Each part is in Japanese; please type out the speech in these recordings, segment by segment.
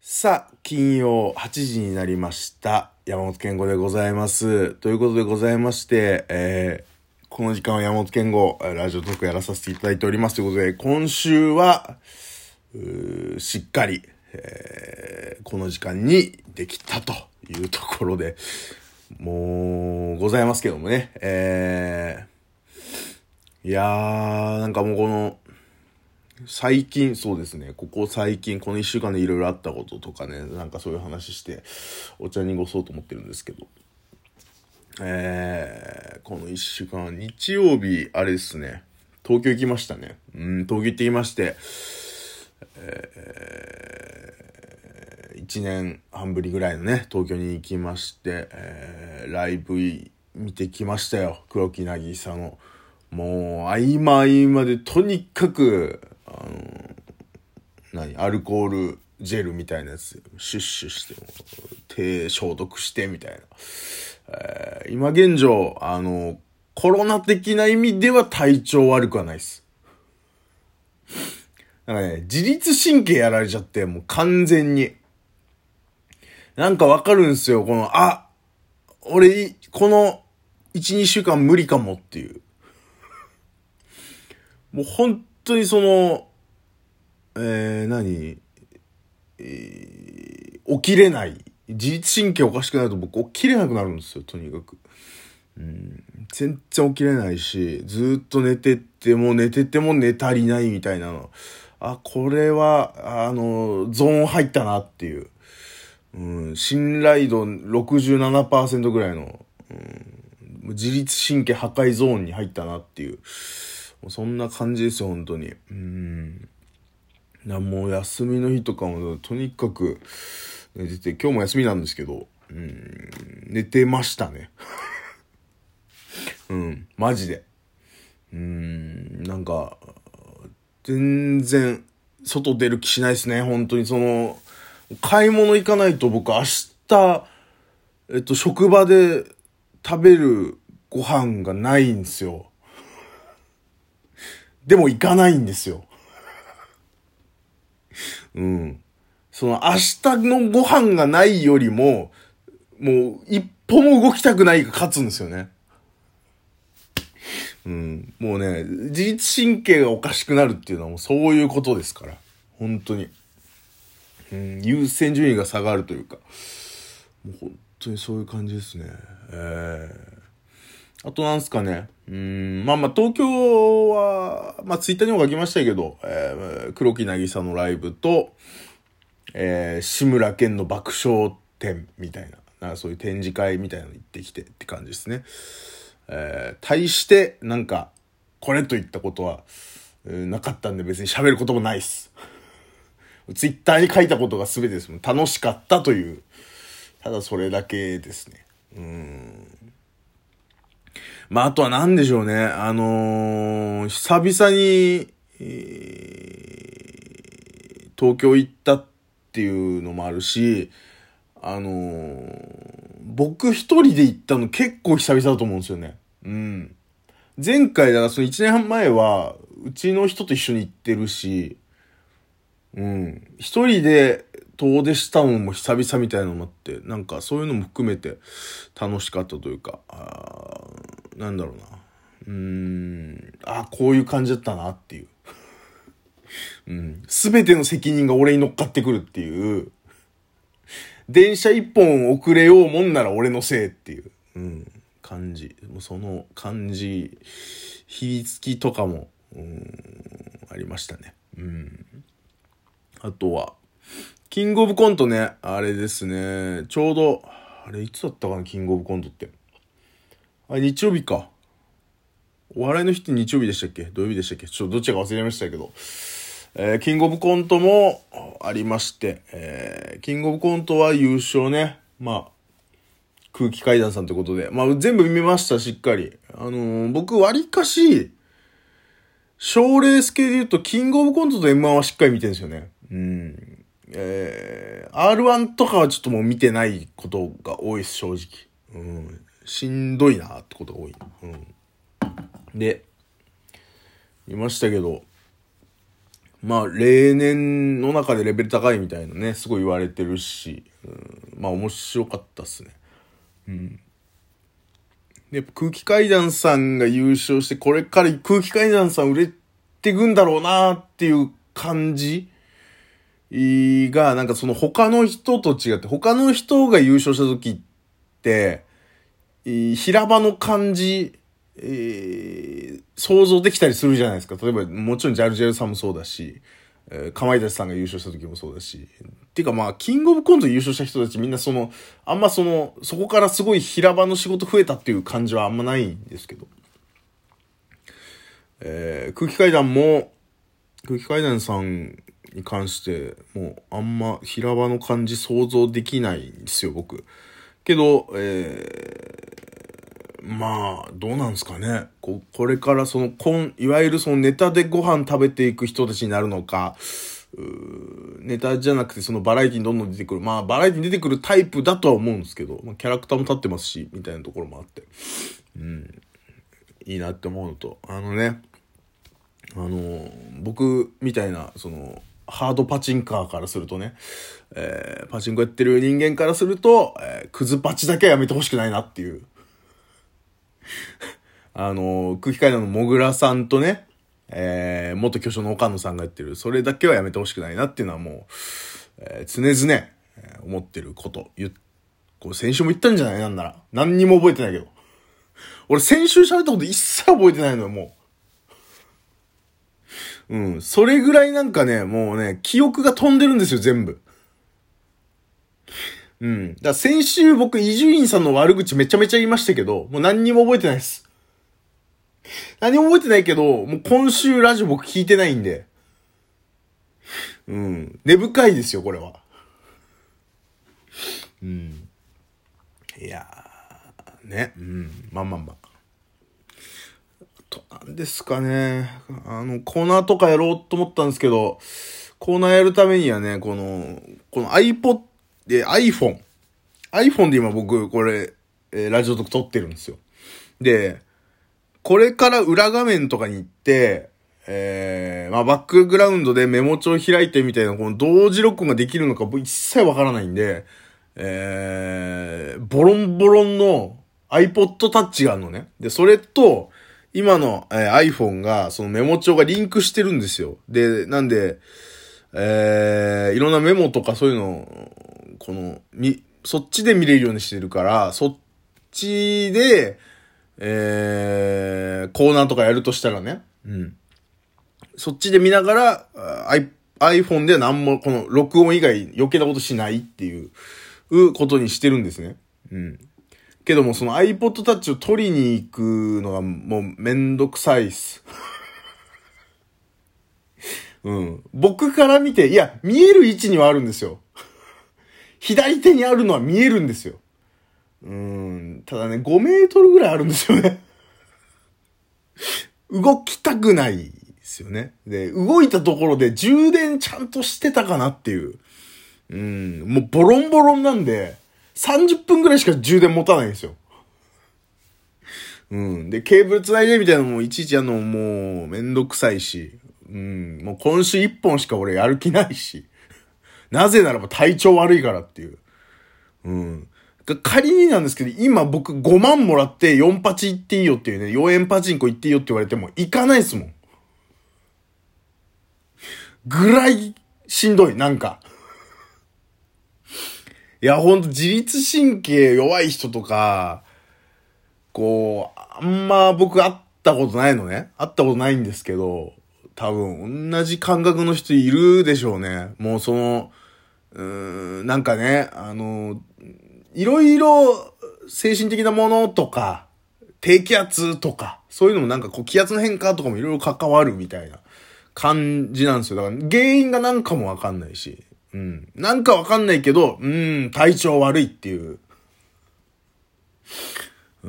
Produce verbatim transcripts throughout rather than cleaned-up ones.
さあ、金曜はちじになりました。山本健吾でございます。ということでございまして、えー、この時間は山本健吾、ラジオトークやらさせていただいております。ということで、今週は、うーしっかり、えー、この時間にできたというところで、もう、ございますけどもね。えー、いやー、なんかもうこの、最近、そうですね、ここ最近、この一週間でいろいろあったこととかね、なんかそういう話して、お茶に濁そうと思ってるんですけど、えー、この一週間、日曜日、あれですね、東京行きましたね。うん、東京行ってきまして、えー、一年半ぶりぐらいのね、東京に行きまして、えー、ライブ見てきましたよ、黒木なぎさの。もう、合間合間で、とにかく、あの、何アルコールジェルみたいなやつシュッシュしても手消毒してみたいな、えー、今現状あのコロナ的な意味では体調悪くはないです。なんかね、自律神経やられちゃってもう完全になんかわかるんですよ。このあ俺この いち,に 週間無理かもっていう、もう本当にそのえー、何えー、起きれない。自律神経おかしくなると僕起きれなくなるんですよ、とにかく。うん、全然起きれないし、ずーっと寝てっても寝てても寝足りないみたいなの。あ、これは、あの、ゾーン入ったなっていう。うん、信頼度 ろくじゅうななパーセント ぐらいの、うん、自律神経破壊ゾーンに入ったなっていう。そんな感じですよ、本当に。うんなもう休みの日とかもとにかく寝てて、今日も休みなんですけど、うん、寝てましたね。うん、マジで。うん、なんか、全然、外出る気しないですね、本当に。その、買い物行かないと僕明日、えっと、職場で食べるご飯がないんですよ。でも行かないんですよ。うん。その明日のご飯がないよりも、もう一歩も動きたくないが勝つんですよね。うん。もうね、自律神経がおかしくなるっていうのはもうそういうことですから。本当に。うん、優先順位が下がるというか。もう本当にそういう感じですね。えー、あとなんすかね。うん、まあまあ東京は、まあツイッターにも書きましたけど、えー、黒木なぎさのライブと、えー、志村けんの爆笑展みたいな、なんかそういう展示会みたいなの行ってきてって感じですね。えー、対して、なんか、これといったことは、えー、なかったんで別に喋ることもないっす。ツイッターに書いたことが全てですもん。楽しかったという、ただそれだけですね。うーん。まあ、あとは何でしょうね。あのー、久々に、えー、東京行ったっていうのもあるし、あのー、僕一人で行ったの結構久々だと思うんですよね。うん。前回、だからその一年半前は、うちの人と一緒に行ってるし、うん。一人で遠出したのも久々みたいなのもあって、なんかそういうのも含めて楽しかったというか、あーなんだろうな。うーん。あ、こういう感じだったなっていう。うん。すべての責任が俺に乗っかってくるっていう。電車一本遅れようもんなら俺のせいっていう。うん。感じ。もうその感じ、響きとかも、うん、ありましたね。うん。あとは、キングオブコントね、あれですね、ちょうど、あれいつだったかな、キングオブコントって。あれ日曜日か。お笑いの日って日曜日でしたっけ土曜日でしたっけちょっとどっちか忘れましたけど。えー、キングオブコントもありまして、えー、キングオブコントは優勝ね。まあ、空気階段さんってことで。まあ、全部見ました、しっかり。あのー、僕割かし、賞レース系で言うと、キングオブコントと エムワン はしっかり見てるんですよね。うん。えー、アールワン とかはちょっともう見てないことが多いです、正直。うん。しんどいなってことが多い。うん。で、見ましたけど、 まあ、例年の中でレベル高いみたいなね、すごい言われてるし、うん、まあ面白かったっすね。うん。で、空気階段さんが優勝して、これから空気階段さん売れてくんだろうなっていう感じが、なんかその他の人と違って、他の人が優勝した時って、平場の感じ、えー、想像できたりするじゃないですか。例えば、もちろんジャルジャルさんもそうだし、えー、かまいたちさんが優勝した時もそうだし。っていうかまあ、キングオブコント優勝した人たちみんなその、あんまその、そこからすごい平場の仕事増えたっていう感じはあんまないんですけど。えー、空気階段も、空気階段さんに関して、もうあんま平場の感じ想像できないんですよ、僕。けど、えー、まあ、どうなんですかね。こ、これからその、こん、いわゆるそのネタでご飯食べていく人たちになるのか、うーネタじゃなくてそのバラエティにどんどん出てくる。まあ、バラエティに出てくるタイプだとは思うんですけど、まあ、キャラクターも立ってますし、みたいなところもあって。うん。いいなって思うのと、あのね、あの、僕みたいな、その、ハードパチンカーからするとね、えー、パチンコやってる人間からすると、えー、クズパチだけはやめてほしくないなっていう。あの、空気階段のもぐらさんとね、えー、元巨匠の岡野さんがやってる、それだけはやめてほしくないなっていうのはもう、えー、常々、えー、思ってること。言これ先週も言ったんじゃないなんなら。何にも覚えてないけど。俺先週喋ったこと一切覚えてないのよ、もう。うん。それぐらいなんかね、もうね、記憶が飛んでるんですよ、全部。うん。だから先週僕、伊集院さんの悪口めちゃめちゃ言いましたけど、もう何にも覚えてないです。何も覚えてないけど、もう今週ラジオ僕聞いてないんで。うん。根深いですよ、これは。うん。いやー、ね。うん。まあまあまあ。と、なんですかね。あの、コーナーとかやろうと思ったんですけど、コーナーやるためにはね、この、この iPod、で iPhone。iPhone で今僕、これ、えー、ラジオとか撮ってるんですよ。で、これから裏画面とかに行って、えー、まあバックグラウンドでメモ帳開いてみたいな、この同時録音ができるのか一切わからないんで、えー、ボロンボロンの iPod Touch があるのね。で、それと、今の、えー、iPhone が、そのメモ帳がリンクしてるんですよ。で、なんで、えー、いろんなメモとかそういうの、この、み、そっちで見れるようにしてるから、そっちで、えー、コーナーとかやるとしたらね。うん。そっちで見ながら、iPhone では何も、この録音以外余計なことしないっていう、うことにしてるんですね。うん。けどもその iPod Touch を取りに行くのがもうめんどくさいっす。うん。僕から見て、いや、見える位置にはあるんですよ。左手にあるのは見えるんですよ。うーん。ただね、ごメートルぐらいあるんですよね。動きたくないですよね。で、動いたところで充電ちゃんとしてたかなっていう。うん。もうボロンボロンなんで、さんじゅっぷんぐらいしか充電持たないんですよ。うん。で、ケーブル繋いでみたいなのもいちいちやるのももうめんどくさいし。うん。もう今週いっぽんしか俺やる気ないし。なぜならば体調悪いからっていう。うん。仮になんですけど、今僕ごまんもらってよんパチ行っていいよっていうね、よえんパチンコ行っていいよって言われても行かないですもん。ぐらいしんどい、なんか。いや、ほんと自律神経弱い人とか、こう、あんま僕会ったことないのね。会ったことないんですけど、多分同じ感覚の人いるでしょうね。もうその、うーん、なんかね、あの、いろいろ精神的なものとか、低気圧とか、そういうのもなんかこう気圧の変化とかもいろいろ関わるみたいな感じなんですよ。だから原因がなんかもわかんないし、うん。なんかわかんないけど、うん、体調悪いっていう。うん、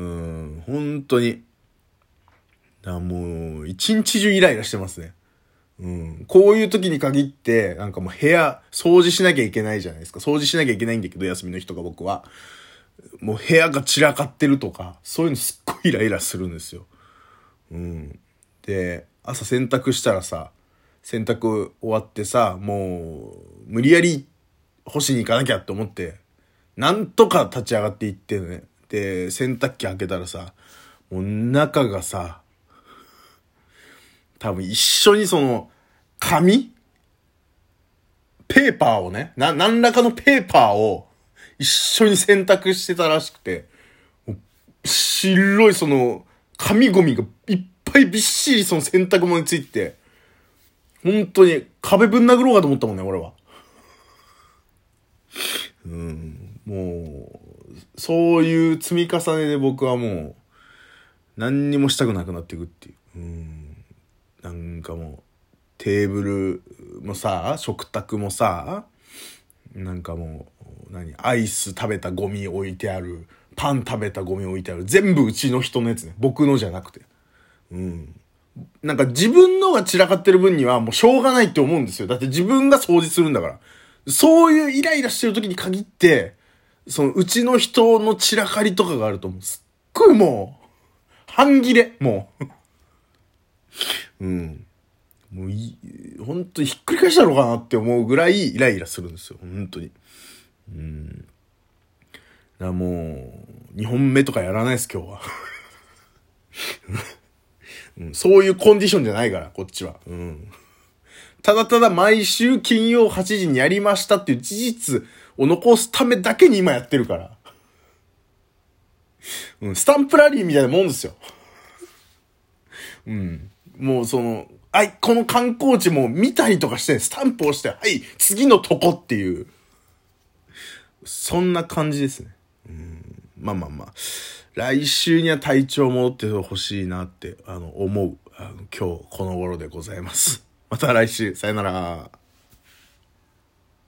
本当に。だからもう、一日中イライラしてますね。うん。こういう時に限って、なんかもう部屋、掃除しなきゃいけないじゃないですか。掃除しなきゃいけないんだけど、休みの日とか僕は。もう部屋が散らかってるとか、そういうのすっごいイライラするんですよ。うん。で、朝洗濯したらさ、 洗濯終わってさ、もう、無理やり干しに行かなきゃって思って、なんとか立ち上がっていってね。で、洗濯機開けたらさ、もう中がさ、多分一緒にその、紙ペーパーをね、な、何らかのペーパーを一緒に洗濯してたらしくて、白いその、紙ゴミがいっぱいびっしりその洗濯物について、本当に壁ぶん殴ろうかと思ったもんね、俺は。うん、もう、そういう積み重ねで僕はもう、何にもしたくなくなっていくっていう。うん、なんかもう、テーブルもさ、食卓もさ、なんかもう、何、アイス食べたゴミ置いてある、パン食べたゴミ置いてある、全部うちの人のやつね。僕のじゃなくて。うん。なんか自分のが散らかってる分にはもうしょうがないって思うんですよ。だって自分が掃除するんだから。そういうイライラしてる時に限って、そのうちの人の散らかりとかがあると、もうすっごいもう、半切れ、もう。うん。もうい、本当にひっくり返したのかなって思うぐらいイライラするんですよ。本当に。うん。だからもう、にほんめとかやらないです、今日は。うん、そういうコンディションじゃないから、こっちは。うん。ただただ毎週金曜はちじにやりましたっていう事実を残すためだけに今やってるから。うん、スタンプラリーみたいなもんですよ。うん。もうその、はい、この観光地も見たりとかして、スタンプをして、はい、次のとこっていう。そんな感じですね。うん、まあまあまあ。来週には体調戻ってほしいなって、あの、思う、あの、今日この頃でございます。また来週、さよなら。